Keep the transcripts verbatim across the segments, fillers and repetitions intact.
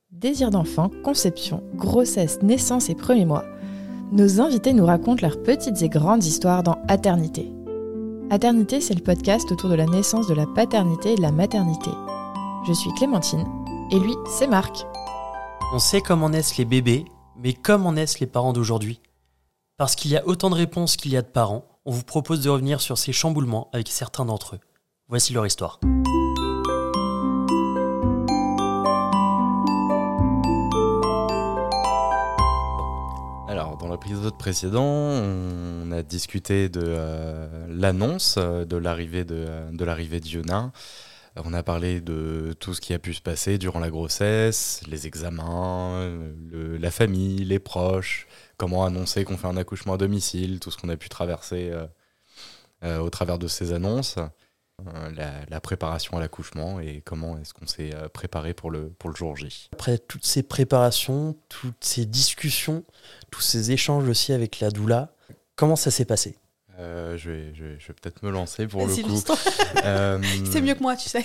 Désir d'enfant, conception, grossesse, naissance et premiers mois. Nos invités nous racontent leurs petites et grandes histoires dans Aternité. Aternité, c'est le podcast autour de la naissance, de la paternité et de la maternité. Je suis Clémentine, et lui, c'est Marc. On sait comment naissent les bébés, mais comment naissent les parents d'aujourd'hui ? Parce qu'il y a autant de réponses qu'il y a de parents, on vous propose de revenir sur ces chamboulements avec certains d'entre eux. Voici leur histoire. Alors, dans l'épisode précédent, on a discuté de euh, l'annonce de l'arrivée de, de l'arrivée d'Iona. On a parlé de tout ce qui a pu se passer durant la grossesse, les examens, le, la famille, les proches, comment annoncer qu'on fait un accouchement à domicile, tout ce qu'on a pu traverser euh, euh, au travers de ces annonces, euh, la, la préparation à l'accouchement et comment est-ce qu'on s'est euh, préparé pour le, pour le jour J. Après toutes ces préparations, toutes ces discussions, tous ces échanges aussi avec la doula, comment ça s'est passé ? Euh, je, vais, je, vais, je vais peut-être me lancer pour Vas-y, le coup. euh... C'est mieux que moi, tu sais.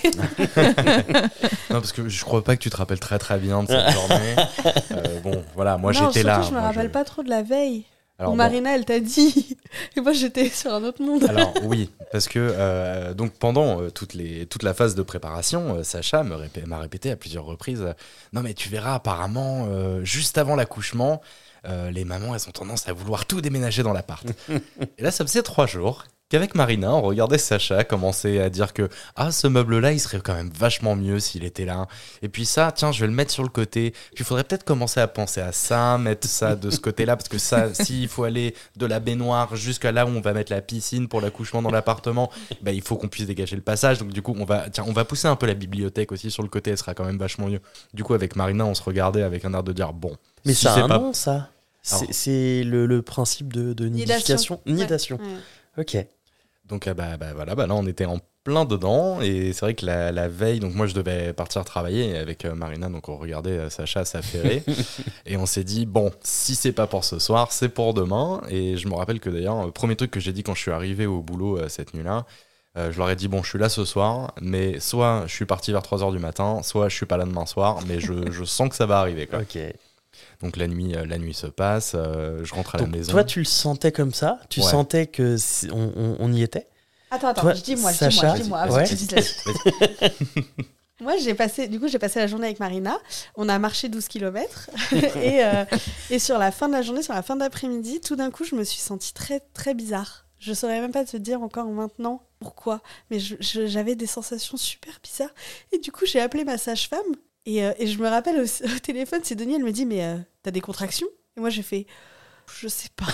Non, parce que je crois pas que tu te rappelles très très bien de cette journée. Euh, bon, voilà, moi non, j'étais là. Je me moi, rappelle je... pas trop de la veille. Alors, où bon. Marina, elle t'a dit. Et moi, j'étais sur un autre monde. Alors oui, parce que euh, donc pendant euh, toutes les, toute la phase de préparation, euh, Sacha me répé- m'a répété à plusieurs reprises euh, non mais tu verras apparemment euh, juste avant l'accouchement, euh, les mamans elles ont tendance à vouloir tout déménager dans l'appart. Et là ça faisait trois jours qu'avec Marina on regardait Sacha commencer à dire que ah ce meuble là il serait quand même vachement mieux s'il était là. Et puis ça tiens je vais le mettre sur le côté. Puis il faudrait peut-être commencer à penser à ça, mettre ça de ce côté là parce que ça s'il faut aller de la baignoire jusqu'à là où on va mettre la piscine pour l'accouchement dans l'appartement, bah, il faut qu'on puisse dégager le passage. Donc du coup on va tiens on va pousser un peu la bibliothèque aussi sur le côté, elle sera quand même vachement mieux. Du coup avec Marina on se regardait avec un air de dire bon. Mais si ça a c'est un pas... nom ça. C'est, Alors... c'est le, le principe de, de nidification. Nidation. Ouais. Ok. Donc bah, bah, voilà, bah là on était en plein dedans et c'est vrai que la, la veille, donc moi je devais partir travailler avec euh, Marina, donc on regardait euh, Sacha s'affairer et on s'est dit bon, si c'est pas pour ce soir, c'est pour demain. Et je me rappelle que d'ailleurs, le premier truc que j'ai dit quand je suis arrivé au boulot euh, cette nuit-là, euh, je leur ai dit bon, je suis là ce soir, mais soit je suis parti vers trois heures du matin, soit je suis pas là demain soir, mais je, je sens que ça va arriver quoi. Ok. Donc la nuit, euh, la nuit se passe, euh, je rentre à Donc, la maison. Toi, tu le sentais comme ça ? Tu Ouais. sentais que c'est- on, on, on y était ? Attends, attends, Toi, je dis moi, je Sacha, dis moi, je dis moi. ouais. Avant que tu dises la suite. Moi, j'ai passé, du coup, j'ai passé la journée avec Marina. On a marché douze kilomètres. et, euh, et sur la fin de la journée, sur la fin d'après-midi, tout d'un coup, je me suis sentie très, très bizarre. Je saurais même pas te dire encore maintenant pourquoi. Mais je, je, j'avais des sensations super bizarres. Et du coup, j'ai appelé ma sage-femme. Et, euh, et je me rappelle au, au téléphone, c'est Denis, elle me dit, mais euh, t'as des contractions ? Et moi, j'ai fait, je sais pas.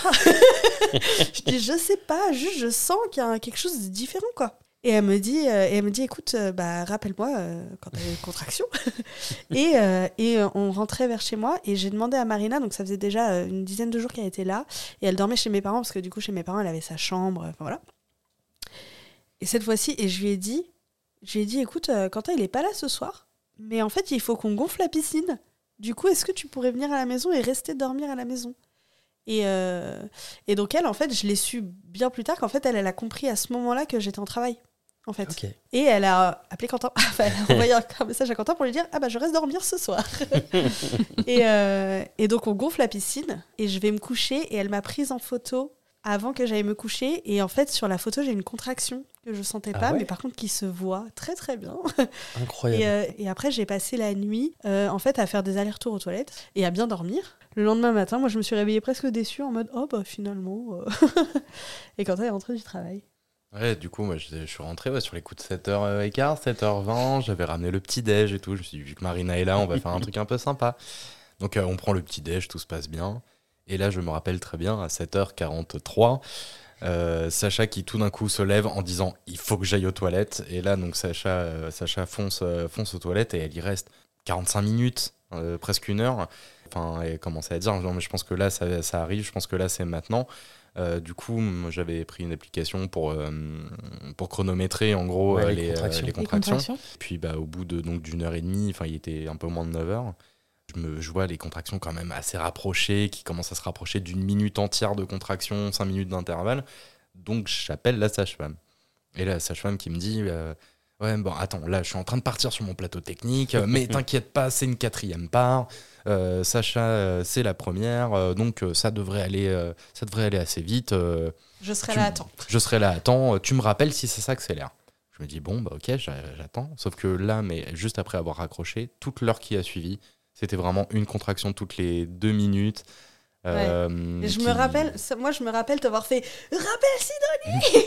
Je dis, je sais pas, juste je sens qu'il y a quelque chose de différent, quoi. Et elle me dit, euh, et elle me dit écoute, euh, bah, rappelle-moi euh, quand t'as des contractions. et, euh, et euh, on rentrait vers chez moi et j'ai demandé à Marina, donc ça faisait déjà euh, une dizaine de jours qu'elle était là. Et elle dormait chez mes parents, parce que du coup, chez mes parents, elle avait sa chambre. Enfin voilà. Et cette fois-ci, et je lui ai dit, je lui ai dit écoute, euh, Quentin, il est pas là ce soir. Mais en fait, il faut qu'on gonfle la piscine. Du coup, est-ce que tu pourrais venir à la maison et rester dormir à la maison ? Et, euh, et donc elle, en fait, je l'ai su bien plus tard qu'en fait, elle, elle a compris à ce moment-là que j'étais en travail, en fait. Ok. Et elle a appelé Quentin, enfin, elle a envoyé un message à Quentin pour lui dire « Ah bah, je reste dormir ce soir !» et, euh, et donc, on gonfle la piscine et je vais me coucher et elle m'a prise en photo avant que j'aille me coucher. Et en fait, sur la photo, j'ai une contraction que je sentais Ah pas, ouais mais par contre qui se voit très très bien. Incroyable. Et, euh, et après, j'ai passé la nuit euh, en fait à faire des allers-retours aux toilettes et à bien dormir. Le lendemain matin, moi, je me suis réveillée presque déçue en mode oh bah finalement. Euh... et quand elle est rentrée du travail. Ouais, du coup, moi, je, je suis rentré ouais, sur les coups de sept heures quinze, sept heures vingt. J'avais ramené le petit-déj et tout. Je me suis dit, vu que Marina est là, on va faire un truc un peu sympa. Donc, euh, on prend le petit-déj, tout se passe bien. Et là, je me rappelle très bien, à sept heures quarante-trois, euh, Sacha qui tout d'un coup se lève en disant il faut que j'aille aux toilettes. Et là, donc, Sacha, euh, Sacha fonce, euh, fonce aux toilettes et elle y reste quarante-cinq minutes, euh, presque une heure. Enfin, elle commençait à dire non, mais je pense que là, ça, ça arrive, je pense que là, c'est maintenant. Euh, du coup, moi, j'avais pris une application pour, euh, pour chronométrer en gros Ouais, euh, les les, contractions. euh, les Les contractions. contractions. Puis bah, au bout de, donc, d'une heure et demie, enfin il était un peu moins de neuf heures, je, me, je vois les contractions quand même assez rapprochées, qui commencent à se rapprocher d'une minute entière de contraction, cinq minutes d'intervalle. Donc j'appelle la sage-femme. Et là, la sage-femme qui me dit euh, Ouais, bon, attends, là, je suis en train de partir sur mon plateau technique, euh, mais t'inquiète pas, c'est une quatrième part. Euh, Sacha, euh, c'est la première, euh, donc euh, ça devrait aller, euh, ça devrait aller assez vite. euh, Je serai tu- là à temps. Je serai là à temps. euh, Tu me rappelles si ça s'accélère. Je me dis bon, bah ok, j'a- j'attends. Sauf que là, mais juste après avoir raccroché, toute l'heure qui a suivi, c'était vraiment une contraction toutes les deux minutes. euh, Et je qui- me rappelle, ça- moi je me rappelle t'avoir fait rappelle Sidonie.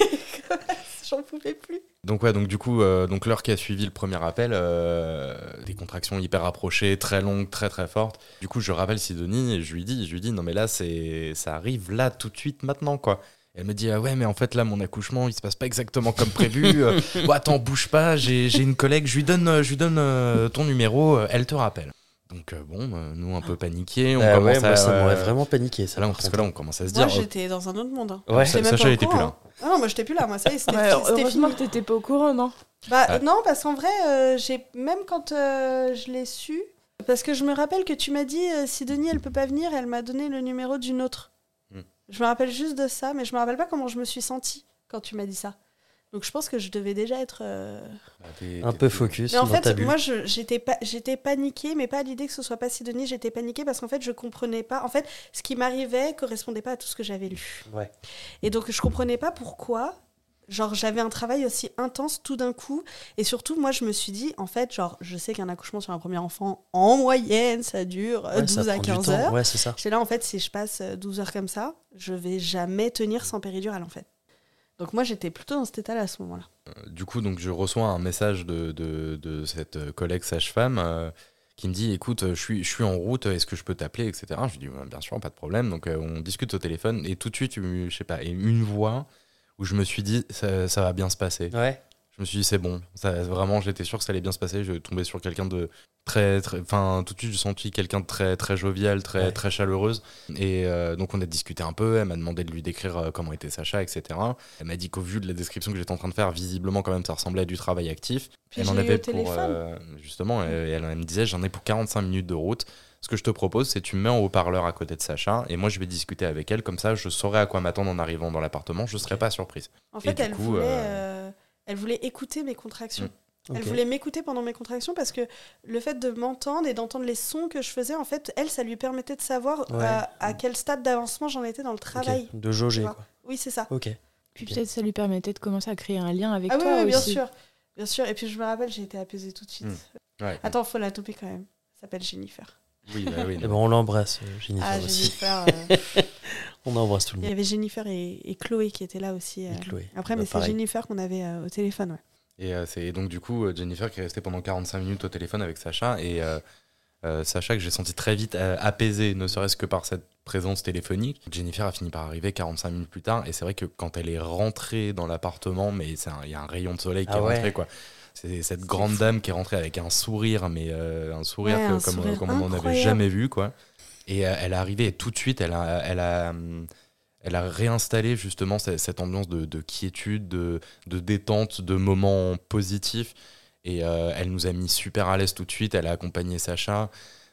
J'en pouvais plus. Donc ouais, donc du coup, euh, donc l'heure qui a suivi le premier appel, euh, des contractions hyper rapprochées, très longues, très très fortes. Du coup, je rappelle Sidonie et je lui dis, je lui dis, non mais là, c'est, ça arrive là tout de suite maintenant quoi. Et elle me dit ah ouais mais en fait là mon accouchement il se passe pas exactement comme prévu. Euh, bon, attends bouge pas, j'ai, j'ai une collègue, je lui donne, euh, je lui donne euh, ton numéro, euh, elle te rappelle. Donc euh, bon, euh, nous un peu paniqués, on Bah commence ouais, moi, à, ça euh, m'aurait vraiment paniqué ça. là, on- par parce que contre. là on commence à se Moi dire. j'étais dans un autre monde. Hein. Ouais. J'étais même Sacha, pas au il était plus courant, là. hein. Ah non, moi j'étais plus là. Moi ça y est, c'était Ouais, c'était heureusement fini. que t'étais pas au courant, non? Bah Ouais. non, parce qu'en vrai, euh, j'ai même quand euh, je l'ai su, parce que je me rappelle que tu m'as dit euh, Sidonie, elle peut pas venir, elle m'a donné le numéro d'une autre. Hmm. Je me rappelle juste de ça, mais je me rappelle pas comment je me suis sentie quand tu m'as dit ça. Donc je pense que je devais déjà être. euh, Bah, t'es- Un t'es- peu focus Mais en dans ta fait, bulle. moi, je- j'étais pas, j'étais paniquée, mais pas à l'idée que ce soit pas Sidonie. J'étais paniquée parce qu'en fait, je comprenais pas. En fait, ce qui m'arrivait correspondait pas à tout ce que j'avais lu. Ouais. Et donc, je comprenais pas pourquoi. Genre, j'avais un travail aussi intense tout d'un coup. Et surtout, moi, je me suis dit, en fait, genre, je sais qu'un accouchement sur un premier enfant, en moyenne, ça dure euh, Ouais, ça douze à prend du quinze temps. heures. Ouais, c'est ça. J'étais là, en fait, si je passe euh, douze heures comme ça, je vais jamais tenir sans péridurale, en fait. Donc, moi, j'étais plutôt dans cet état-là à ce moment-là. Du coup, donc, je reçois un message de, de, de cette collègue sage-femme euh, qui me dit écoute, je suis, je suis en route, est-ce que je peux t'appeler, et cetera. Je lui dis ouais, bien sûr, pas de problème. Donc, euh, on discute au téléphone et tout de suite, une- je sais pas, une voix où je me suis dit ça, ça va bien se passer. Ouais. Je me suis dit c'est bon. Ça, vraiment, j'étais sûr que ça allait bien se passer. Je tombais sur quelqu'un de très, très, enfin, tout de suite, j'ai senti quelqu'un de très, très jovial, très, Ouais. très chaleureuse. Et euh, donc, on a discuté un peu. Elle m'a demandé de lui décrire euh, comment était Sacha, et cetera. Elle m'a dit qu'au vu de la description que j'étais en train de faire, visiblement, quand même, ça ressemblait à du travail actif. Puis Elle j'ai en eu avait au pour téléphone. euh, justement, et elle, elle me disait j'en ai pour quarante-cinq minutes de route. Ce que je te propose, c'est tu me mets en haut-parleur à côté de Sacha et moi je vais discuter avec elle, comme ça je saurai à quoi m'attendre en arrivant dans l'appartement, je serai Ok. pas surprise. En Et fait, du elle, coup, voulait, euh, euh, elle voulait écouter mes contractions. Mm. Elle Ok. voulait m'écouter pendant mes contractions parce que le fait de m'entendre et d'entendre les sons que je faisais, en fait, elle, ça lui permettait de savoir Ouais. à, à quel stade d'avancement j'en étais dans le Ok. travail. De jauger, Tu vois. quoi. Oui, c'est ça. Ok. Puis Ok. peut-être ça lui permettait de commencer à créer un lien avec Ah oui, toi oui, bien aussi. sûr. Bien sûr. Et puis je me rappelle, j'ai été apaisée tout de suite. Mm. Ouais. Attends, faut la toper quand même. Elle s'appelle Jennifer. Oui, bah oui. Eh ben, on l'embrasse, euh, Jennifer Ah, aussi. Jennifer. euh, On embrasse tout le Il y monde. avait Jennifer et, et Chloé qui étaient là aussi. euh. Et Chloé. Après, Bah, mais c'est pareil. Jennifer qu'on avait euh, au téléphone, ouais. Et euh, c'est donc du coup euh, Jennifer qui est restée pendant quarante-cinq minutes au téléphone avec Sacha et euh, euh, Sacha que j'ai senti très vite euh, apaisé, ne serait-ce que par cette présence téléphonique. Jennifer a fini par arriver quarante-cinq minutes plus tard et c'est vrai que quand elle est rentrée dans l'appartement, mais c'est un- il y a un rayon de soleil qui Ah est rentré ouais. quoi. C'est cette C'est grande fou. dame qui est rentrée avec un sourire, mais euh, un sourire Ouais, que- un comme, sourire comme on n'en avait incroyable. jamais vu quoi. Et euh, elle est arrivée et tout de suite elle a, elle a, hum, elle a réinstallé justement cette, cette ambiance de, de quiétude, de, de détente, de moments positifs. Et euh, elle nous a mis super à l'aise tout de suite. Elle a accompagné Sacha.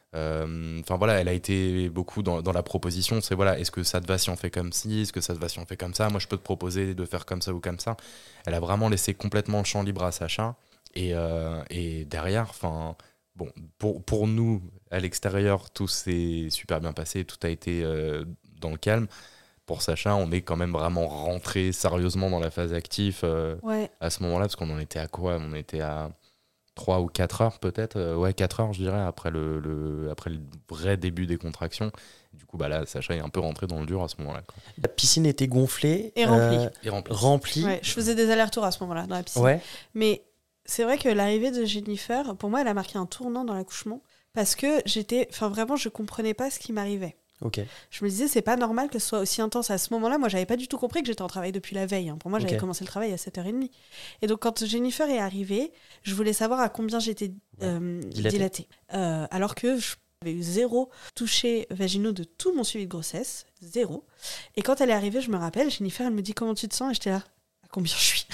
Euh, Enfin voilà, elle a été beaucoup dans, dans la proposition. C'est voilà, est-ce que ça te va si on fait comme ci? Est-ce que ça te va si on fait comme ça? Moi, je peux te proposer de faire comme ça ou comme ça. Elle a vraiment laissé complètement le champ libre à Sacha. Et, euh, et derrière, enfin, bon, pour, pour nous, à l'extérieur, tout s'est super bien passé. Tout a été euh, dans le calme. Pour Sacha, on est quand même vraiment rentré sérieusement dans la phase active euh, Ouais. à ce moment-là, parce qu'on en était à quoi? On était à trois ou quatre heures peut-être, euh, ouais, quatre heures je dirais, après le, le, après le vrai début des contractions. Du coup, bah là, Sacha est un peu rentré dans le dur à ce moment-là. Quoi. La piscine était gonflée. Et remplie. euh, Et rempli. remplie. Ouais, je faisais des allers-retours à ce moment-là dans la piscine. Ouais. Mais c'est vrai que l'arrivée de Jennifer, pour moi, elle a marqué un tournant dans l'accouchement parce que j'étais, enfin vraiment, je comprenais pas ce qui m'arrivait. Ok. Je me disais, c'est pas normal que ce soit aussi intense à ce moment-là. Moi, j'avais pas du tout compris que j'étais en travail depuis la veille. hein. Pour moi, j'avais Ok. commencé le travail à sept heures trente. Et donc, quand Jennifer est arrivée, je voulais savoir à combien j'étais euh, Dilatée. dilatée. Euh, alors que j'avais eu zéro touché vaginaux de tout mon suivi de grossesse. Zéro. Et quand elle est arrivée, je me rappelle, Jennifer, elle me dit comment tu te sens? Et j'étais là, à combien je suis?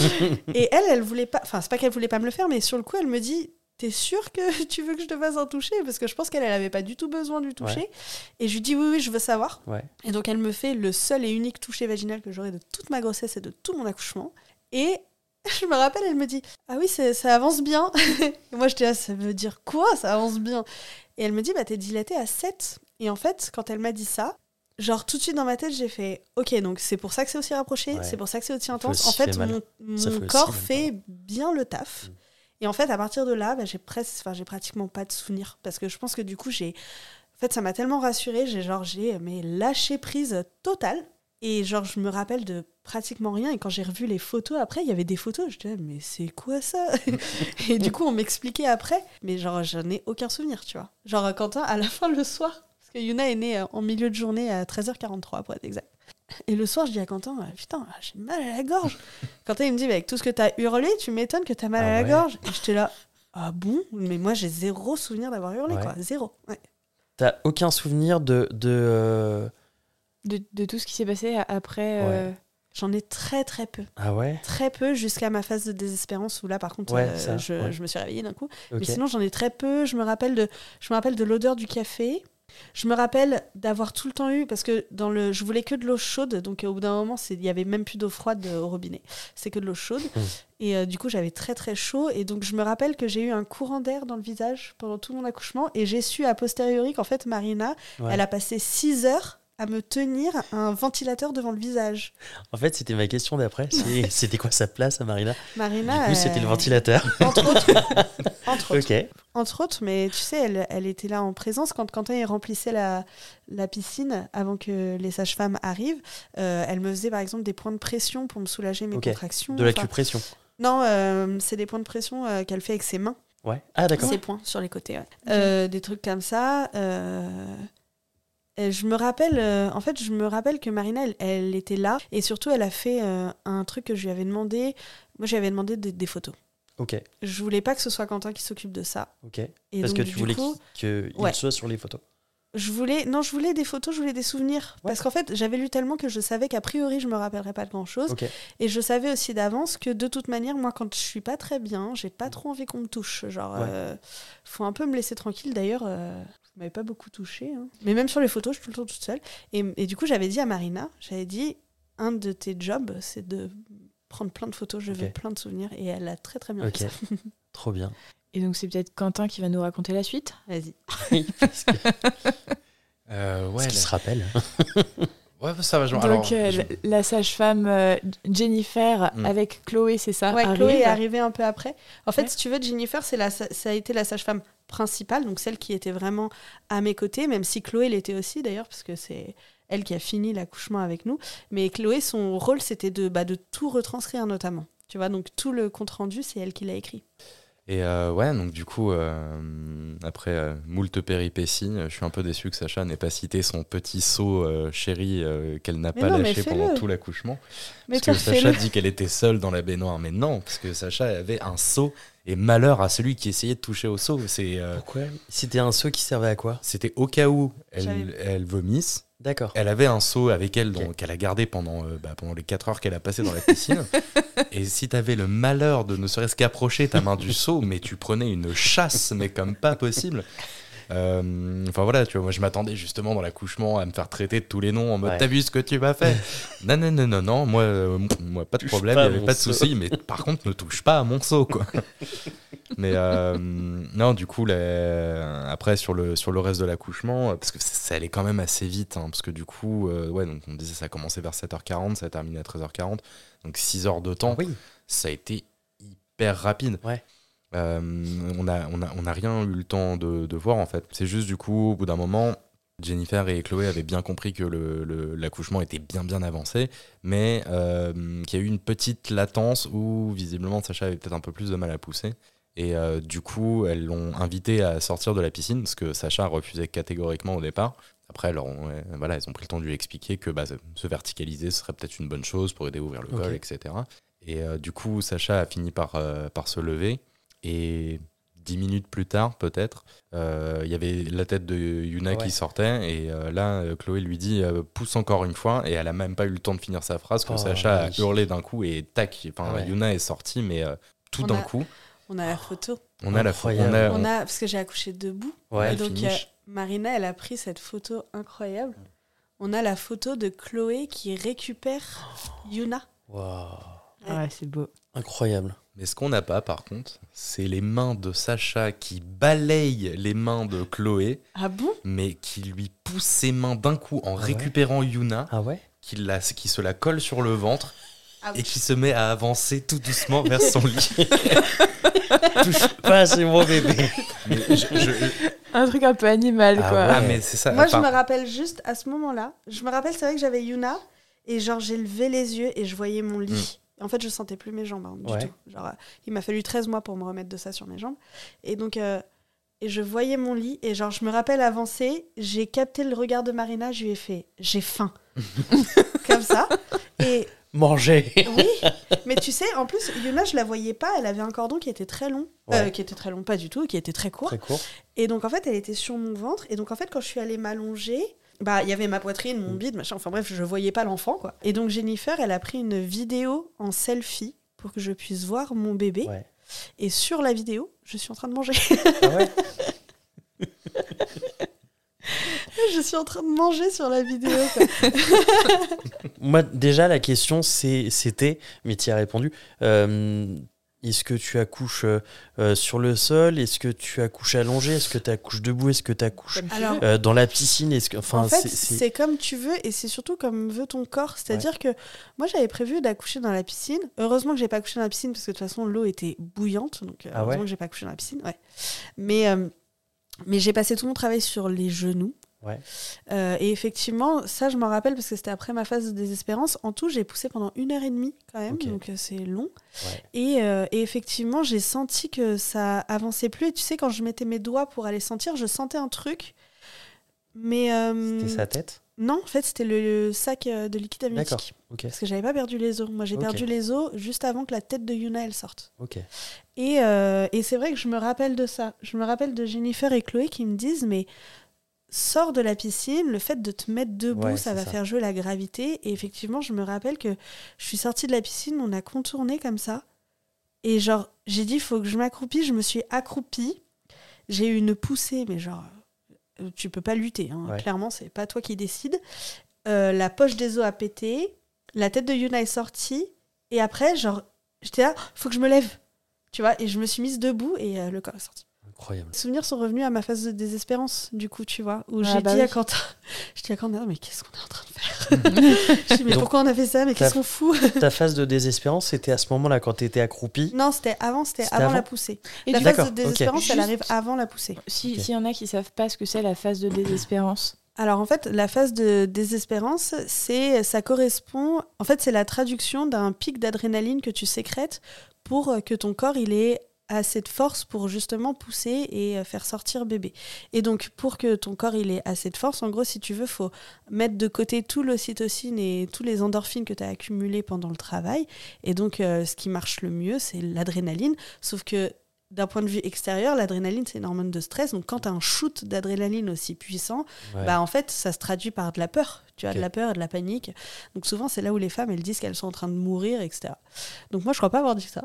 Et elle, elle voulait pas, enfin, c'est pas qu'elle voulait pas me le faire, mais sur le coup, elle me dit, t'es sûre que tu veux que je te fasse un toucher? Parce que je pense qu'elle, elle avait pas du tout besoin du toucher. Ouais. Et je lui dis, oui, oui, je veux savoir. Ouais. Et donc, elle me fait le seul et unique toucher vaginal que j'aurai de toute ma grossesse et de tout mon accouchement. Et Je me rappelle, elle me dit « Ah oui, c'est, ça avance bien !» Et moi, je dis ah, « Ça veut dire quoi, ça avance bien ?» Et elle me dit « Bah, t'es dilatée à sept. » Et en fait, quand elle m'a dit ça, genre tout de suite dans ma tête, j'ai fait « Ok, donc c'est pour ça que c'est aussi rapproché, Ouais. c'est pour ça que c'est aussi Ça fait intense. » aussi En fait, mal. mon, mon Ça fait aussi corps mal, fait bien le taf. Mm. Et en fait, à partir de là, bah, j'ai, presque, enfin, j'ai pratiquement pas de souvenirs. Parce que je pense que du coup, j'ai... En fait, ça m'a tellement rassurée, j'ai, genre, j'ai mais, lâché prise totale. Et genre, je me rappelle de pratiquement rien. Et quand j'ai revu les photos après, il y avait des photos. Je disais, mais c'est quoi ça? Et du coup, on m'expliquait après. Mais genre, j'en ai aucun souvenir, tu vois. Genre, Quentin, à la fin, le soir, parce que Yuna est née en milieu de journée à treize heures quarante-trois, pour être exact. Et le soir, je dis à Quentin, putain, j'ai mal à la gorge. Quentin, il me dit, avec tout ce que t'as hurlé, tu m'étonnes que t'as mal Ah à la ouais. gorge. Et j'étais là, ah bon? Mais moi, j'ai zéro souvenir d'avoir hurlé, Ouais. quoi. Zéro. Ouais. T'as aucun souvenir de... de euh, De, de tout ce qui s'est passé a- après. euh, J'en ai très, très peu. Ah ouais? Très peu jusqu'à ma phase de désespérance où là, par contre, Ouais, euh, ça, je, ouais. je me suis réveillée d'un coup. Ok. Mais sinon, j'en ai très peu. Je me rappelle de, je me rappelle de l'odeur du café. Je me rappelle d'avoir tout le temps eu, parce que dans le, je voulais que de l'eau chaude, donc euh, au bout d'un moment, c'est- il n'y avait même plus d'eau froide euh, au robinet. C'est que de l'eau chaude. Mmh. Et euh, du coup, j'avais très très chaud. Et donc, je me rappelle que j'ai eu un courant d'air dans le visage pendant tout mon accouchement. Et j'ai su a posteriori qu'en fait, Marina, Ouais. elle a passé six heures à me tenir un ventilateur devant le visage. En fait, c'était ma question d'après. C'est- C'était quoi sa place à Marina? Marina, Du coup, c'était euh, le ventilateur. Entre autres. Entre autres. Ok. Entre autres, mais tu sais, elle, elle était là en présence quand Quentin il remplissait la, la piscine avant que les sages-femmes arrivent. Euh, elle me faisait par exemple des points de pression pour me soulager mes Ok. contractions. De Enfin, l'acupression. non, euh, c'est des points de pression euh, qu'elle fait avec ses mains, Ouais. Ah, d'accord. ses poings sur les côtés. Ouais. Euh, des trucs comme ça. euh, et je me rappelle, euh, en fait, je me rappelle que Marina, elle, elle était là et surtout, elle a fait euh, un truc que je lui avais demandé. Moi, je lui avais demandé des, des photos. Ok. Je voulais pas que ce soit Quentin qui s'occupe de ça. Ok. Et Parce donc, que tu du voulais coup, qu'il qu'il ouais. soit sur les photos. Je voulais, non, je voulais des photos, je voulais des souvenirs. Ouais. Parce qu'en fait, j'avais lu tellement que je savais qu'a priori, je me rappellerais pas de grand chose. Ok. Et je savais aussi d'avance que de toute manière, moi, quand je suis pas très bien, j'ai pas trop envie qu'on me touche. Genre, Ouais. euh, faut un peu me laisser tranquille. D'ailleurs, euh, vous m'avez pas beaucoup touché. Hein. Mais même sur les photos, je suis tout le temps toute seule. Et, et du coup, j'avais dit à Marina, j'avais dit, un de tes jobs, c'est de prendre plein de photos, je veux Ok. plein de souvenirs. Et elle a très très bien Ok. fait ça. Trop bien. Et donc, c'est peut-être Quentin qui va nous raconter la suite. Vas-y. Oui, parce que- Euh, ouais, parce qu'il la- se rappelle. ouais, ça va. Je... Donc, alors, euh, je- la, la sage-femme euh, Jennifer Mm. avec Chloé, c'est ça Ouais, arrive. Chloé est arrivée un peu après. En fait, Ouais. si tu veux, Jennifer, c'est la, ça a été la sage-femme principale, donc celle qui était vraiment à mes côtés, même si Chloé l'était aussi d'ailleurs, parce que c'est elle qui a fini l'accouchement avec nous. Mais Chloé, son rôle, c'était de, bah, de tout retranscrire notamment. Tu vois, donc tout le compte-rendu, c'est elle qui l'a écrit. Et euh, ouais, donc du coup, euh, après euh, moult péripéties, euh, je suis un peu déçu que Sacha n'ait pas cité son petit seau euh, chéri euh, qu'elle n'a Mais pas non, mais lâché fais-le. pendant tout l'accouchement. Mais Parce que toi, Sacha fais-le. dit qu'elle était seule dans la baignoire, mais non, parce que Sacha avait un seau, et malheur à celui qui essayait de toucher au seau. C'est, euh, Pourquoi? C'était un seau qui servait à quoi? c'était au cas où elle, J'avais- elle vomisse. D'accord. Elle avait un seau avec elle, donc, Ok. qu'elle a gardé pendant, euh, bah, pendant les quatre heures qu'elle a passées dans la piscine. Et si t'avais le malheur de ne serait-ce qu'approcher ta main du seau, mais tu prenais une chasse, mais comme pas possible. Euh, Enfin voilà, tu vois, moi je m'attendais justement dans l'accouchement à me faire traiter de tous les noms en mode Ouais. t'as vu ce que tu m'as fait? Non, non, non, non, non, moi, euh, moi pas de Touche problème, pas il à n'y avait mon pas de seau. souci, mais par contre ne touche pas à mon seau, quoi. Mais euh, non, du coup, la- après sur le, sur le reste de l'accouchement, parce que ça, ça allait quand même assez vite, hein, parce que du coup, euh, ouais, donc on disait ça a commencé vers sept heures quarante, ça a terminé à treize heures quarante, donc six heures de temps, Oui. ça a été hyper rapide. Ouais. Euh, on a, on a, on a rien eu le temps de, de voir en fait. C'est juste du coup, au bout d'un moment, Jennifer et Chloé avaient bien compris que le, le- l'accouchement était bien bien avancé, mais euh, qu'il y a eu une petite latence où visiblement Sacha avait peut-être un peu plus de mal à pousser. Et euh, du coup, elles l'ont invité à sortir de la piscine, ce que Sacha refusait catégoriquement au départ. Après, alors, ouais, voilà, ils ont pris le temps de lui expliquer que bah, se verticaliser, ce serait peut-être une bonne chose pour aider à ouvrir le Ok. col, et cetera. Et euh, du coup, Sacha a fini par, euh, par se lever. Et dix minutes plus tard, peut-être, euh, il y avait la tête de Yuna Ouais. qui sortait. Et euh, là, euh, Chloé lui dit euh, pousse encore une fois. Et elle a même pas eu le temps de finir sa phrase que Oh, Sacha oui. a hurlé d'un coup. Et tac, enfin, Ouais. Yuna est sortie, mais euh, tout On d'un a- coup, On a la photo. on a la photo. Incroyable. On a, On a, parce que j'ai accouché debout. Ouais. Et donc, finish. euh, Marina, elle a pris cette photo incroyable. On a la photo de Chloé qui récupère Yuna. Waouh. Ouais. Ouais, c'est beau. Incroyable. Mais ce qu'on n'a pas, par contre, c'est les mains de Sacha qui balayent les mains de Chloé, Ah bon? mais qui lui pousse ses mains d'un coup en Ah ouais récupérant Yuna, Ah ouais qui, la, qui se la colle sur le ventre Ah et qui se met à avancer tout doucement vers son lit. Touche pas, c'est mon bébé. Mais je- je- Un truc un peu animal, Ah quoi. ouais. Ah, mais c'est ça. Moi, enfin, je me rappelle juste à ce moment-là. Je me rappelle, c'est vrai que j'avais Yuna et genre j'ai levé les yeux et je voyais mon lit. En fait, je sentais plus mes jambes hein, du Ouais. tout. Genre, euh, il m'a fallu treize mois pour me remettre de ça sur mes jambes. Et donc, euh, et je voyais mon lit et genre, je me rappelle avancer. J'ai capté le regard de Marina. Je lui ai fait, j'ai faim, comme ça. Et Manger. oui, mais tu sais, en plus, Yuna, je la voyais pas. Elle avait un cordon qui était très long, Ouais. Euh, qui était très long, pas du tout, qui était très court. Très court. Et donc, en fait, elle était sur mon ventre. Et donc, en fait, quand je suis allée m'allonger, bah, il y avait ma poitrine, mon bide, machin. Enfin bref, je voyais pas l'enfant, quoi. Et donc, Jennifer, elle a pris une vidéo en selfie pour que je puisse voir mon bébé. Ouais. Et sur la vidéo, je suis en train de manger. Ah ouais Je suis en train de manger sur la vidéo, quoi. Moi, déjà, la question, c'est, c'était, mais tu y as répondu, euh, est-ce que tu accouches euh, sur le sol? Est-ce que tu accouches allongé? Est-ce que tu accouches debout? Est-ce que tu accouches Comme tu Alors, veux. euh, dans la piscine? Est-ce que, enfin, en fait, c'est, c'est... c'est- comme tu veux et c'est surtout comme veut ton corps. C'est-à-dire que moi, j'avais prévu d'accoucher dans la piscine. Heureusement que j'ai pas accouché dans la piscine parce que de toute façon, l'eau était bouillante. Donc, euh, Ah ouais heureusement que j'ai pas accouché dans la piscine. Ouais. Mais, euh, mais j'ai passé tout mon travail sur les genoux. Ouais. Euh, et effectivement, ça, je m'en rappelle parce que c'était après ma phase de désespérance. En tout, j'ai poussé pendant une heure et demie quand même. Ok. Donc, euh, c'est long. Ouais. Et, euh, et effectivement, j'ai senti que ça avançait plus. Et tu sais, quand je mettais mes doigts pour aller sentir, je sentais un truc. Mais. euh, C'était sa tête? Non, en fait, c'était le, le sac euh, de liquide amniotique. D'accord. Ok. Parce que j'avais pas perdu les os. Moi, j'ai Ok. perdu les os juste avant que la tête de Yuna, elle sorte. Ok. Et, euh, et c'est vrai que je me rappelle de ça. Je me rappelle de Jennifer et Chloé qui me disent, mais sors de la piscine, le fait de te mettre debout, Ouais, ça c'est va ça. faire jouer la gravité. Et effectivement, je me rappelle que je suis sortie de la piscine, on a contourné comme ça. Et genre, j'ai dit, il faut que je m'accroupisse. Je me suis accroupie. J'ai eu une poussée, mais genre, euh, tu peux pas lutter. Hein. Ouais. Clairement, c'est pas toi qui décides. Euh, la poche des os a pété. La tête de Yuna est sortie. Et après, genre, j'étais là, faut que je me lève. Tu vois, et je me suis mise debout et euh, le corps est sorti. Incroyable. Les souvenirs sont revenus à ma phase de désespérance, du coup, tu vois, où Ah j'ai bah dit oui. à Quentin, je dis à Quentin, mais qu'est-ce qu'on est en train de faire? Je dis, mais Donc, pourquoi on a fait ça? Mais qu'est-ce t'as- qu'on fout? Ta phase de désespérance, c'était à ce moment-là, quand tu étais accroupi? Non, c'était avant, c'était C'était avant, avant la poussée. Et La du- phase D'accord, de désespérance, ok. elle arrive Juste- avant la poussée. Si- Ok. S'il y en a qui savent pas ce que c'est la phase de désespérance. Alors en fait, la phase de désespérance, c'est, ça correspond, en fait, c'est la traduction d'un pic d'adrénaline que tu sécrètes pour que ton corps il ait assez de force pour justement pousser et faire sortir bébé. Et donc pour que ton corps il ait assez de force, en gros, si tu veux, faut mettre de côté tout l'ocytocine et tous les endorphines que tu as accumulés pendant le travail. Et donc euh, ce qui marche le mieux, c'est l'adrénaline. Sauf que d'un point de vue extérieur, l'adrénaline, c'est une hormone de stress. Donc, quand tu as un shoot d'adrénaline aussi puissant, Ouais. bah, en fait, ça se traduit par de la peur. Tu as Ok. de la peur et de la panique. Donc, souvent, c'est là où les femmes, elles disent qu'elles sont en train de mourir, et cetera. Donc, moi, je crois pas avoir dit ça.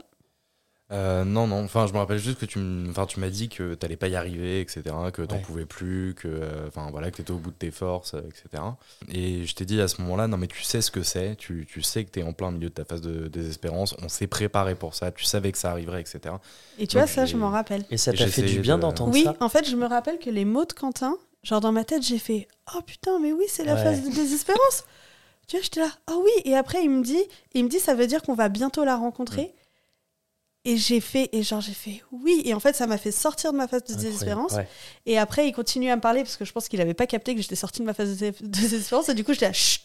Euh, non, non, enfin, je me rappelle juste que tu, m- enfin, tu m'as dit que t'allais pas y arriver, et cetera, que t'en Ouais. pouvais plus, que, euh, enfin, voilà, que t'étais au bout de tes forces, euh, et cetera. Et je t'ai dit à ce moment-là, non, mais tu sais ce que c'est, tu, tu sais que t'es en plein milieu de ta phase de désespérance, on s'est préparé pour ça, tu savais que ça arriverait, et cetera. Et tu Donc, vois, ça, j'ai- je m'en rappelle. Et ça t'a J'ai fait du essayé bien de- d'entendre Oui, ça? en fait, je me rappelle que les mots de Quentin, genre dans ma tête, j'ai fait « Oh putain, mais oui, c'est la Ouais. phase de désespérance !» Tu vois, j'étais là « Oh oui !» Et après, il me dit, il me dit « Ça veut dire qu'on va bientôt la rencontrer ?» Et j'ai fait, et genre j'ai fait oui, et en fait ça m'a fait sortir de ma phase de Incroyable. désespérance. Ouais. Et après il continue à me parler parce que je pense qu'il avait pas capté que j'étais sortie de ma phase de dé- de désespérance, et du coup j'étais là chut.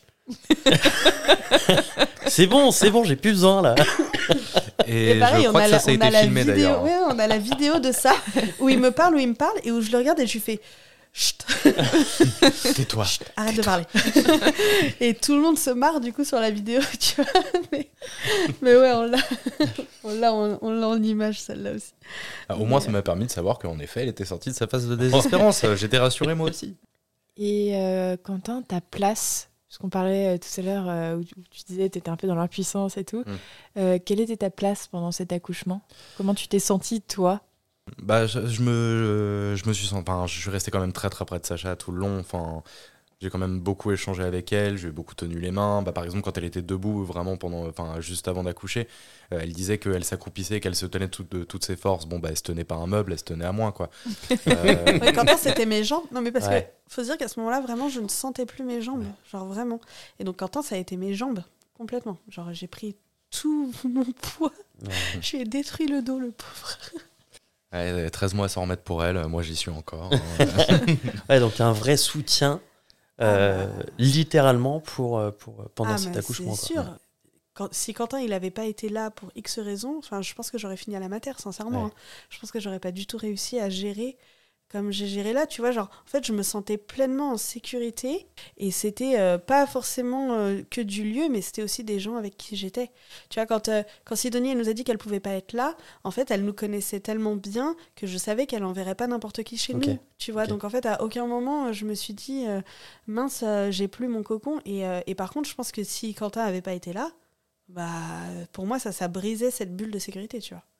C'est bon, c'est bon, j'ai plus besoin là. Et, pareil, je on crois a que la, ça, ça a on a été la filmé vidéo, d'ailleurs. ouais, on a la vidéo de ça où il me parle, où il me parle, et où je le regarde et je lui fais chut, Tais-toi. arrête de parler. Et tout le monde se marre du coup sur la vidéo, tu vois. Mais, mais ouais, on l'a, on l'a, en- on l'a en image celle-là aussi. Ah, au moins, ça m'a permis de savoir qu'en effet, elle était sortie de sa phase de désespérance. Euh, J'étais rassuré moi aussi. Et euh, Quentin, ta place, parce qu'on parlait euh, tout à l'heure euh, où, tu- où tu disais que tu étais un peu dans l'impuissance et tout, Mm. euh, quelle était ta place pendant cet accouchement? Comment tu t'es sentie, toi? Bah, je, je me, je me suis senti, enfin, je suis resté quand même très très près de Sacha tout le long. Enfin, j'ai quand même beaucoup échangé avec elle, je lui ai beaucoup tenu les mains. Bah, par exemple, quand elle était debout, vraiment pendant, enfin, juste avant d'accoucher, euh, elle disait qu'elle s'accroupissait, qu'elle se tenait tout, de toutes ses forces. Bon, bah, elle se tenait pas à un meuble, elle se tenait à moi, quoi. euh... ouais, Quentin, c'était mes jambes. Non, mais parce Ouais. que faut se dire qu'à ce moment-là, vraiment, je ne sentais plus mes jambes. Ouais. Genre vraiment. Et donc, Quentin, ça a été mes jambes, complètement. Genre, j'ai pris tout mon poids. Ouais. Je lui ai détruit le dos, le pauvre. Ouais, treize mois à s'en remettre pour elle, moi j'y suis encore. Ouais, donc un vrai soutien. Euh, ah, littéralement pour, pour, pendant ah, cet accouchement. C'est sûr. Quand, si Quentin il n'avait pas été là pour X raisons, je pense que j'aurais fini à la mater, sincèrement. Ouais. Hein. Je pense que j'aurais pas du tout réussi à gérer comme j'ai géré là. Tu vois, genre, en fait, je me sentais pleinement en sécurité et c'était euh, pas forcément euh, que du lieu, mais c'était aussi des gens avec qui j'étais. Tu vois, quand, euh, quand Sidonie elle nous a dit qu'elle pouvait pas être là, en fait, elle nous connaissait tellement bien que je savais qu'elle enverrait pas n'importe qui chez okay. nous. Tu vois, okay. Donc en fait, à aucun moment, je me suis dit, euh, mince, euh, j'ai plus mon cocon. Et, euh, et par contre, je pense que si Quentin avait pas été là, bah, pour moi, ça, ça brisait cette bulle de sécurité, tu vois.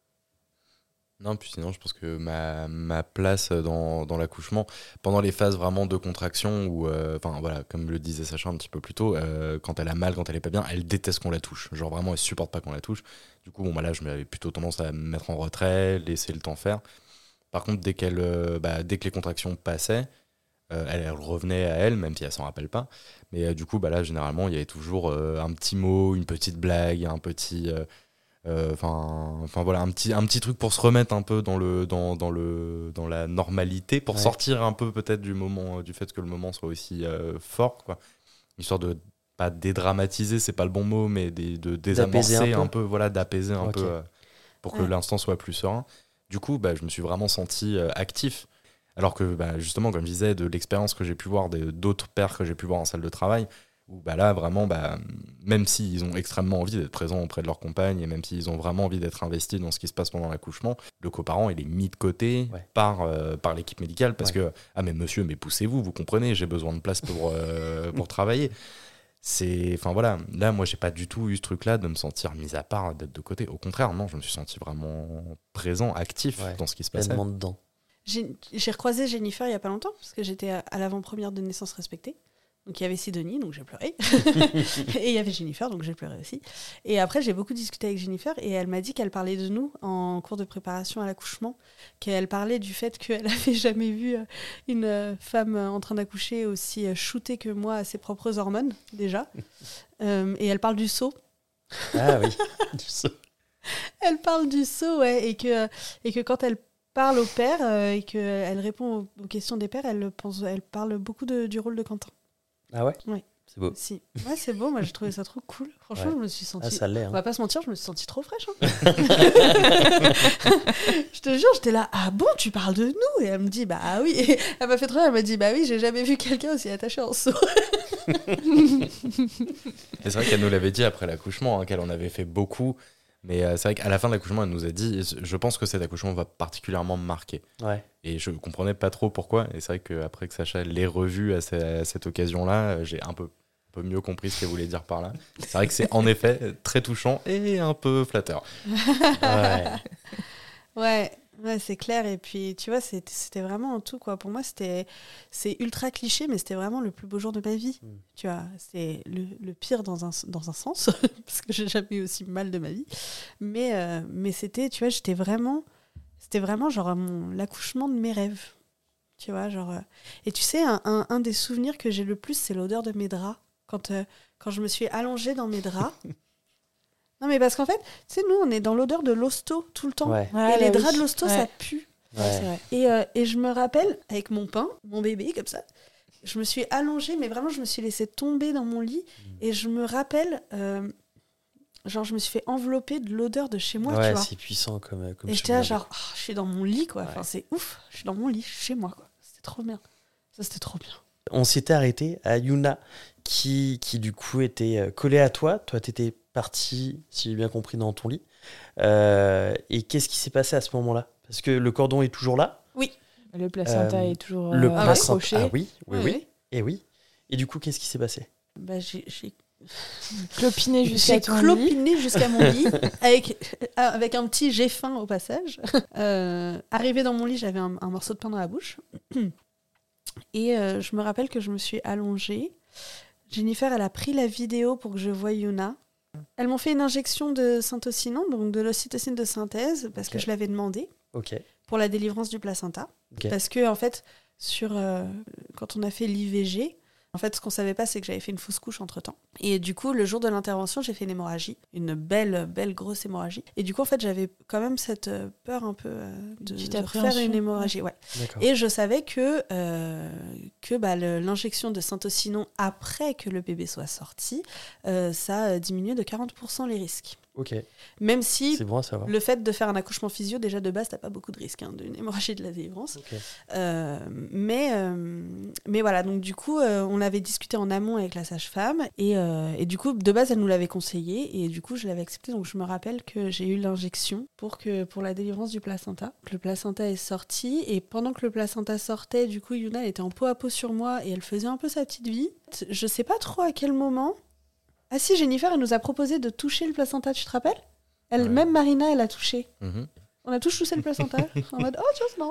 Non, puis sinon, je pense que ma, ma place dans, dans l'accouchement, pendant les phases vraiment de contraction, où, enfin euh, voilà, comme le disait Sacha un petit peu plus tôt, euh, quand elle a mal, quand elle est pas bien, elle déteste qu'on la touche. Genre vraiment, elle supporte pas qu'on la touche. Du coup, bon, bah là, je m'avais plutôt tendance à me mettre en retrait, laisser le temps faire. Par contre, dès, qu'elle, euh, bah, dès que les contractions passaient, euh, elle, elle revenait à elle, même si elle s'en rappelle pas. Mais euh, du coup, bah là, généralement, il y avait toujours euh, un petit mot, une petite blague, un petit... Euh, Enfin, euh, voilà, un petit, un petit truc pour se remettre un peu dans, le, dans, dans, le, dans la normalité, pour ouais. sortir un peu peut-être du moment, du fait que le moment soit aussi euh, fort, quoi. Histoire de pas dédramatiser, c'est pas le bon mot, mais de, de désamorcer un peu, un peu, voilà, d'apaiser un okay. peu euh, pour que ouais. l'instant soit plus serein. Du coup, bah, je me suis vraiment senti euh, actif. Alors que bah, justement, comme je disais, de l'expérience que j'ai pu voir, de, d'autres pères que j'ai pu voir en salle de travail, où bah là, vraiment, bah, même s'ils ont extrêmement envie d'être présents auprès de leur compagne et même s'ils ont vraiment envie d'être investis dans ce qui se passe pendant l'accouchement, le coparent, il est mis de côté ouais. par, euh, par l'équipe médicale parce ouais. que « Ah, mais monsieur, mais poussez-vous, vous comprenez, j'ai besoin de place pour, euh, pour travailler. » C'est, enfin voilà, là, moi, j'ai pas du tout eu ce truc-là de me sentir mis à part, d'être de côté. Au contraire, non, je me suis senti vraiment présent, actif ouais. dans ce qui se passait. Dedans. J'ai, j'ai recroisé Jennifer il y a pas longtemps parce que j'étais à, à l'avant-première de Naissance Respectée. Donc il y avait Sidonie, donc j'ai pleuré. Et il y avait Jennifer, donc j'ai pleuré aussi. Et après, j'ai beaucoup discuté avec Jennifer et elle m'a dit qu'elle parlait de nous en cours de préparation à l'accouchement, qu'elle parlait du fait qu'elle n'avait jamais vu une femme en train d'accoucher aussi shootée que moi à ses propres hormones, déjà. euh, et elle parle du seau. Ah oui, du seau. Elle parle du seau, ouais, et que, et que quand elle parle au père euh, et qu'elle répond aux, aux questions des pères, elle, pense, elle parle beaucoup de, du rôle de Quentin. Ah ouais, ouais. C'est beau. Si. Ouais, c'est beau. Moi, j'ai trouvé ça trop cool. Franchement, ouais. je me suis sentie... Ah, ça l'est. Hein. On va pas se mentir, je me suis sentie trop fraîche. Hein. Je te jure, j'étais là, ah bon, tu parles de nous? Et elle me dit, bah oui. Et elle m'a fait trop rire, elle m'a dit, bah oui, j'ai jamais vu quelqu'un aussi attaché en seau. Et c'est vrai qu'elle nous l'avait dit après l'accouchement, hein, qu'elle en avait fait beaucoup. Mais euh, c'est vrai qu'à la fin de l'accouchement, elle nous a dit, je pense que cet accouchement va particulièrement me marquer. Ouais. Et je comprenais pas trop pourquoi. Et c'est vrai qu'après que Sacha l'ait revu à, ce, à cette occasion-là, j'ai un peu, un peu mieux compris ce qu'elle voulait dire par là. C'est vrai que c'est en effet très touchant et un peu flatteur. Ouais. Ouais. Ouais, c'est clair. Et puis, tu vois, c'était, c'était vraiment un tout, quoi. Pour moi, c'était, c'est ultra cliché, mais c'était vraiment le plus beau jour de ma vie. Mm. Tu vois, c'est le, le pire dans un, dans un sens, parce que j'ai jamais eu aussi mal de ma vie. Mais, euh, mais c'était, tu vois, j'étais vraiment, c'était vraiment genre mon, l'accouchement de mes rêves. Tu vois, genre. Euh, et tu sais, un, un, un des souvenirs que j'ai le plus, c'est l'odeur de mes draps. Quand, euh, quand je me suis allongée dans mes draps. Non, mais parce qu'en fait, tu sais, nous, on est dans l'odeur de l'hosto tout le temps. Ouais. Ouais, et les oui. draps de l'hosto, ouais. ça pue. Ouais. Ouais, c'est vrai. Et, euh, et je me rappelle, avec mon pain, mon bébé, comme ça, je me suis allongée, mais vraiment, je me suis laissée tomber dans mon lit. Mmh. Et je me rappelle, euh, genre, je me suis fait envelopper de l'odeur de chez moi, ouais, tu vois. c'est puissant comme, comme et j'étais là, genre, oh, je suis dans mon lit, quoi. Ouais. Enfin, c'est ouf, je suis dans mon lit, je suis chez moi, quoi. C'était trop bien. Ça, c'était trop bien. On s'était arrêté à Yuna, qui, qui du coup était collée à toi. Toi, t'étais partie, si j'ai bien compris, dans ton lit. Euh, et qu'est-ce qui s'est passé à ce moment-là? Parce que le cordon est toujours là. Oui. Le placenta euh, est toujours le euh, placenta, accroché. Ah oui, oui, oui, oui. oui. Et oui. Et du coup, qu'est-ce qui s'est passé? Bah, j'ai... j'ai... Clopiné jusqu'à j'ai ton clopiné lit. jusqu'à mon lit avec, avec un petit jet fin au passage. Euh, arrivé dans mon lit, j'avais un, un morceau de pain dans la bouche. Et euh, je me rappelle que je me suis allongée. Jennifer, elle a pris la vidéo pour que je voie Yuna. Elles m'ont fait une injection de syntocinon, donc de l'ocytocine de synthèse, parce okay. que je l'avais demandé, okay. pour la délivrance du placenta. Okay. Parce que, en fait, sur, euh, quand on a fait l'I V G, en fait, ce qu'on savait pas, c'est que j'avais fait une fausse couche entre-temps. Et du coup, le jour de l'intervention, j'ai fait une hémorragie, une belle, belle grosse hémorragie. Et du coup, en fait, j'avais quand même cette peur un peu euh, de, de faire une hémorragie. Ouais. Et je savais que, euh, que bah, le, l'injection de syntocinon après que le bébé soit sorti, euh, ça diminuait de quarante pour cent les risques. Ok. Même si c'est bon à savoir. Le fait de faire un accouchement physio, déjà de base, t'as pas beaucoup de risques hein, d'une hémorragie de la délivrance. Okay. Euh, mais, euh, mais voilà, donc du coup, euh, on avait discuté en amont avec la sage-femme et, euh, et du coup, de base, elle nous l'avait conseillé et du coup, je l'avais accepté. Donc je me rappelle que j'ai eu l'injection pour, que, pour la délivrance du placenta. Le placenta est sorti et pendant que le placenta sortait, du coup, Yuna elle était en peau à peau sur moi et elle faisait un peu sa petite vie. Je sais pas trop à quel moment. Ah si, Jennifer, elle nous a proposé de toucher le placenta, tu te rappelles elle, ouais. Même Marina, elle a touché. Mm-hmm. On a tous touché le placenta en mode « Oh, just non !»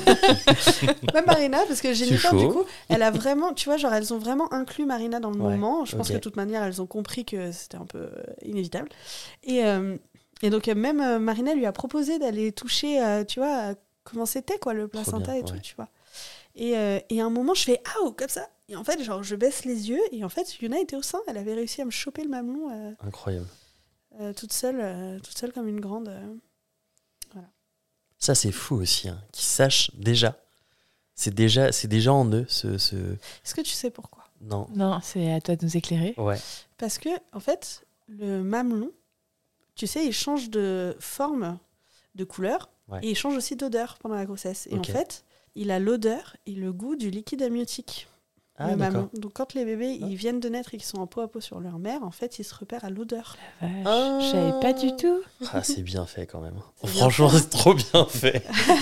Même Marina, parce que Jennifer, du coup, elle a vraiment... Tu vois, genre, elles ont vraiment inclus Marina dans le ouais. moment. Je pense okay. que de toute manière, elles ont compris que c'était un peu euh, inévitable. Et, euh, et donc, même euh, Marina lui a proposé d'aller toucher, euh, tu vois, euh, comment c'était, quoi, le placenta bien, et ouais. tout, tu vois. Et, euh, et à un moment, je fais « Ah, comme ça !» Et en fait, genre, je baisse les yeux et en fait, Yuna était au sein. Elle avait réussi à me choper le mamelon. Euh, Incroyable. Euh, toute seule, euh, toute seule comme une grande. Euh, voilà. Ça, c'est fou aussi, hein, qu'ils sachent déjà. C'est déjà, c'est déjà en eux, ce, ce... Est-ce que tu sais pourquoi ? Non. Non, c'est à toi de nous éclairer. Ouais. Parce que, en fait, le mamelon, tu sais, il change de forme, de couleur, ouais. et il change aussi d'odeur pendant la grossesse. Et okay. en fait, il a l'odeur et le goût du liquide amniotique. Ah, le d'accord. mamelon. Donc quand les bébés ils viennent de naître et qu'ils sont en peau à peau sur leur mère, en fait ils se repèrent à l'odeur. La vache, ah. Je savais pas du tout. Ah, c'est bien fait quand même. C'est Franchement, fait. C'est trop bien fait.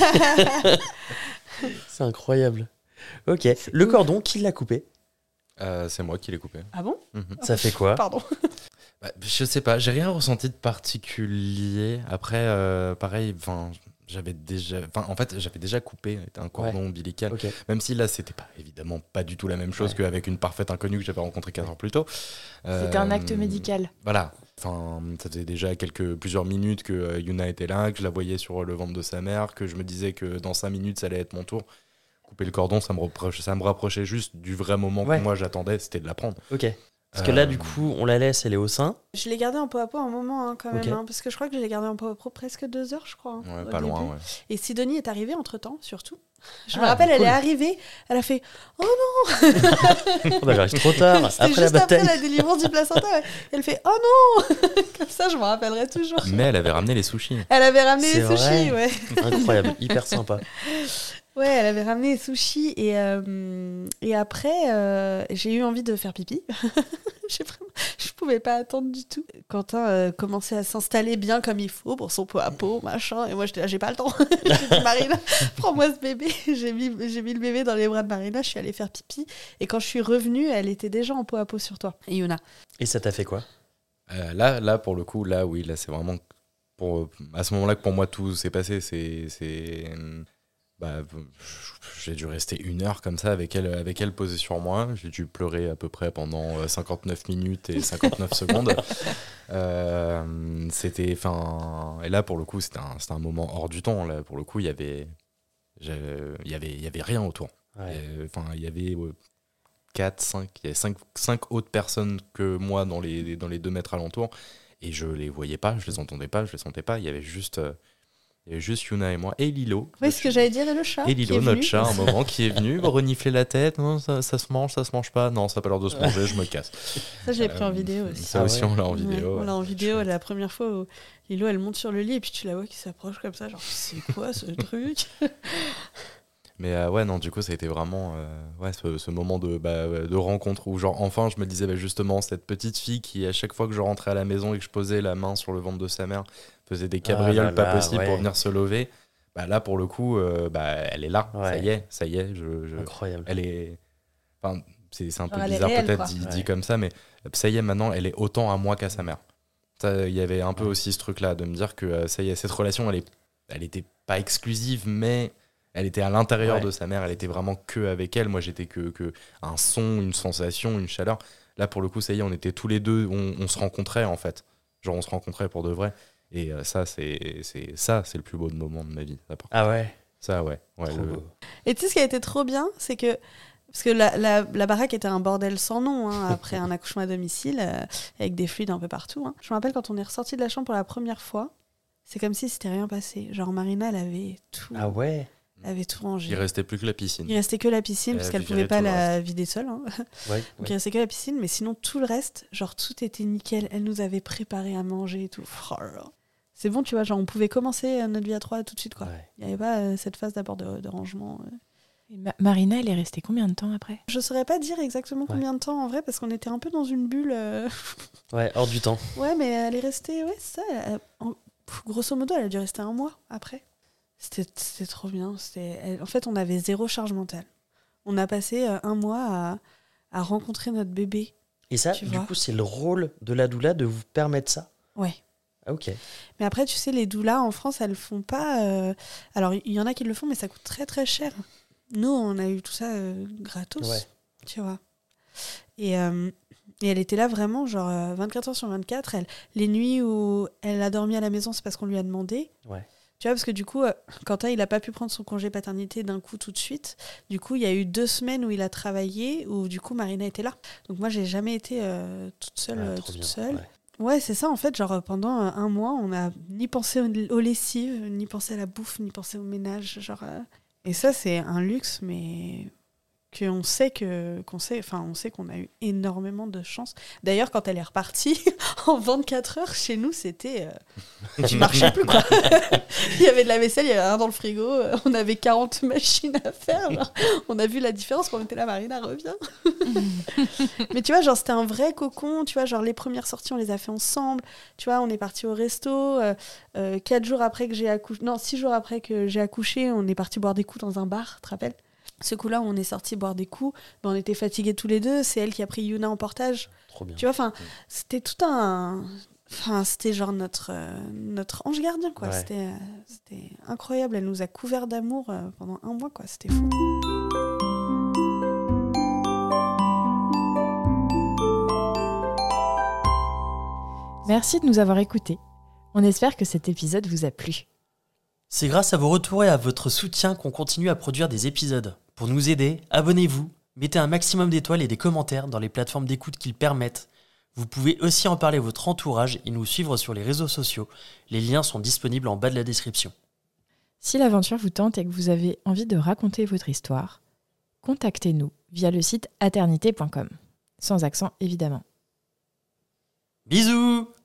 C'est incroyable. Ok. C'est le cool. Cordon, qui l'a coupé ? euh, C'est moi qui l'ai coupé. Ah bon ? mm-hmm. Ça fait quoi ? Pardon. Bah, je sais pas, j'ai rien ressenti de particulier. Après, euh, pareil, enfin. J'avais déjà, enfin en fait j'avais déjà coupé un cordon ouais. ombilical, okay. même si là c'était pas évidemment pas du tout la même chose ouais. qu'avec une parfaite inconnue que j'avais rencontrée quatre heures plus tôt. C'était euh, un acte médical. Voilà, enfin ça faisait déjà quelques plusieurs minutes que euh, Yuna était là, que je la voyais sur le ventre de sa mère, que je me disais que dans cinq minutes ça allait être mon tour. Couper le cordon, ça me reprochait, ça me rapprochait juste du vrai moment ouais. que moi j'attendais, c'était de la prendre. Ok. Parce que là, du coup, on la laisse, elle est au sein. Je l'ai gardée en peau à peau un moment, hein, quand même. Okay. Hein, parce que je crois que je l'ai gardée en peau à peau presque deux heures, je crois. Hein, ouais, pas loin, ouais. Et Sidonie est arrivée entre-temps, surtout. Je ah, me rappelle, cool. Elle est arrivée, elle a fait « Oh non !» Oh bah j'arrive trop tard, C'était après juste la bataille. Après la délivrance du placenta, ouais. Elle fait « Oh non !» Comme ça, je me rappellerai toujours. Mais elle avait ramené les sushis. Elle avait ramené C'est les sushis, vrai. Ouais. Incroyable, hyper sympa. Ouais, elle avait ramené les sushis et, euh, et après, euh, j'ai eu envie de faire pipi. j'ai vraiment, je pouvais pas attendre du tout. Quentin euh, commençait à s'installer bien comme il faut pour son pot à pot, machin. Et moi, j'étais là, j'ai pas le temps. J'ai dit, Marina, prends-moi ce bébé. J'ai mis, j'ai mis le bébé dans les bras de Marina, je suis allée faire pipi. Et quand je suis revenue, elle était déjà en pot à pot sur toi. Et Yuna. Et ça t'a fait quoi ? euh, là, là, pour le coup, là, oui, là, c'est vraiment pour, à ce moment-là que pour moi, tout s'est passé. C'est... c'est... Bah, j'ai dû rester une heure comme ça avec elle, avec elle posée sur moi. J'ai dû pleurer à peu près pendant cinquante-neuf minutes et cinquante-neuf secondes. Euh, c'était, fin, et là, pour le coup, c'était un, c'était un moment hors du temps. Là, pour le coup, il y avait, il y avait, il y avait rien autour. Enfin, il y avait quatre, cinq, il y avait cinq, cinq autres personnes que moi dans les, dans les deux mètres alentours, et je les voyais pas, je les entendais pas, je les sentais pas. Il y avait juste Il y avait juste Yuna et moi. Et Lilo. Oui, ce que j'allais dire, et le chat. Et Lilo, notre chat, un moment, qui est venu renifler la tête. Non, ça, ça se mange, ça se mange pas. Non, ça n'a pas l'air de se manger, je me casse. Ça, je l'ai pris en vidéo aussi. Ça ah aussi, ouais. on l'a en vidéo. Ouais, on l'a en vidéo. La première fois où Lilo, elle monte sur le lit et puis tu la vois qui s'approche comme ça. Genre, c'est quoi ce truc? Mais euh, ouais, non, du coup, ça a été vraiment euh, ouais, ce, ce moment de, bah, de rencontre où, genre, enfin, je me disais bah, justement, cette petite fille qui, à chaque fois que je rentrais à la maison et que je posais la main sur le ventre de sa mère, faisait des cabrioles ah là pas là, possibles ouais. pour venir se lever. Bah, là, pour le coup, euh, bah, elle est là. Ouais. Ça y est, ça y est. Je, je, Incroyable. Elle est. Enfin, c'est, c'est un peu genre bizarre réelle, peut-être dit, ouais. dit comme ça, mais ça y est, maintenant, elle est autant à moi qu'à sa mère. Il y avait un peu ouais. aussi ce truc-là, de me dire que ça y est, cette relation, elle est, elle était pas exclusive, mais Elle était à l'intérieur Ouais. de sa mère, elle était vraiment que avec elle. Moi, j'étais que, que un son, une sensation, une chaleur. Là, pour le coup, ça y est, on était tous les deux, on, on se rencontrait en fait. Genre, on se rencontrait pour de vrai. Et euh, ça, c'est, c'est ça, c'est le plus beau moment de ma vie. Ça, par Ah ouais. Ça, ouais. ouais Trop le- beau. Et tu sais ce qui a été trop bien, c'est que parce que la, la, la baraque était un bordel sans nom hein, après un accouchement à domicile euh, avec des fluides un peu partout. Hein. Je me rappelle quand on est ressorti de la chambre pour la première fois, c'est comme si c'était rien passé. Genre Marina, elle avait tout, Ah ouais. elle avait tout rangé. Il restait plus que la piscine. Il restait que la piscine Elle parce a qu'elle viré pouvait pas tout le la vider seule. Hein. Ouais, Donc ouais. il restait que la piscine, mais sinon tout le reste, genre tout était nickel. Elle nous avait préparé à manger et tout. Oh là là. C'est bon, tu vois, genre on pouvait commencer euh, notre vie à trois tout de suite quoi. Ouais. Il n'y avait pas euh, cette phase d'abord de, de rangement. euh. Et Ma- Marina, elle est restée combien de temps après? Je saurais pas dire exactement combien de temps en vrai parce qu'on était un peu dans une bulle. euh. Ouais, hors du temps. Ouais, mais elle est restée, ouais, c'est ça. elle- en- pff, grosso modo, elle a dû rester un mois après. C'était c'était trop bien. C'était, elle- en fait, on avait zéro charge mentale. On a passé euh, un mois à, à rencontrer notre bébé. Et ça, Tu du vois. coup, c'est le rôle de la doula de vous permettre ça. Ouais. Ah, ok. Mais après, tu sais, les doulas en France, elles font pas. euh, Alors, il y en a qui le font, mais ça coûte très très cher. Nous, on a eu tout ça euh, gratos, Ouais. tu vois. Et, euh, et elle était là vraiment, genre euh, vingt-quatre heures sur vingt-quatre. Elle, les nuits où elle a dormi à la maison, c'est parce qu'on lui a demandé. Ouais. Tu vois, parce que du coup, euh, Quentin, il n'a pas pu prendre son congé paternité d'un coup tout de suite. Du coup, il y a eu deux semaines où il a travaillé, où du coup, Marina était là. Donc moi, j'ai jamais été euh, toute seule. Ah, euh, trop toute bien. seule. Ouais. Ouais, c'est ça en fait. Genre pendant euh, un mois, on n'a ni pensé aux, aux lessives, ni pensé à la bouffe, ni pensé au ménage. Genre, euh, Et ça, c'est un luxe, mais qu'on sait que qu'on sait, enfin, on sait qu'on a eu énormément de chance. D'ailleurs, quand elle est repartie en vingt-quatre heures chez nous, c'était, euh, tu marchais plus quoi. Il y avait de la vaisselle, il y avait rien dans le frigo, euh, on avait quarante machines à faire. Genre. On a vu la différence quand on était là, Marina revient. Mais tu vois, genre c'était un vrai cocon. Tu vois, genre les premières sorties, on les a fait ensemble. Tu vois, on est parti au resto. Euh, euh, quatre jours après que j'ai accouché, non, six jours après que j'ai accouché, on est parti boire des coups dans un bar. Tu te rappelles? Ce coup-là, où on est sorti boire des coups, ben, on était fatigués tous les deux. C'est elle qui a pris Yuna en portage. Trop bien. Tu vois, enfin, c'était tout un. Enfin, c'était genre notre, euh, notre ange gardien, quoi. Ouais. C'était, euh, c'était incroyable. Elle nous a couverts d'amour euh, pendant un mois, quoi. C'était fou. Merci de nous avoir écoutés. On espère que cet épisode vous a plu. C'est grâce à vos retours et à votre soutien qu'on continue à produire des épisodes. Pour nous aider, abonnez-vous, mettez un maximum d'étoiles et des commentaires dans les plateformes d'écoute qui le permettent. Vous pouvez aussi en parler à votre entourage et nous suivre sur les réseaux sociaux. Les liens sont disponibles en bas de la description. Si l'aventure vous tente et que vous avez envie de raconter votre histoire, contactez-nous via le site aternité point com. Sans accent, évidemment. Bisous!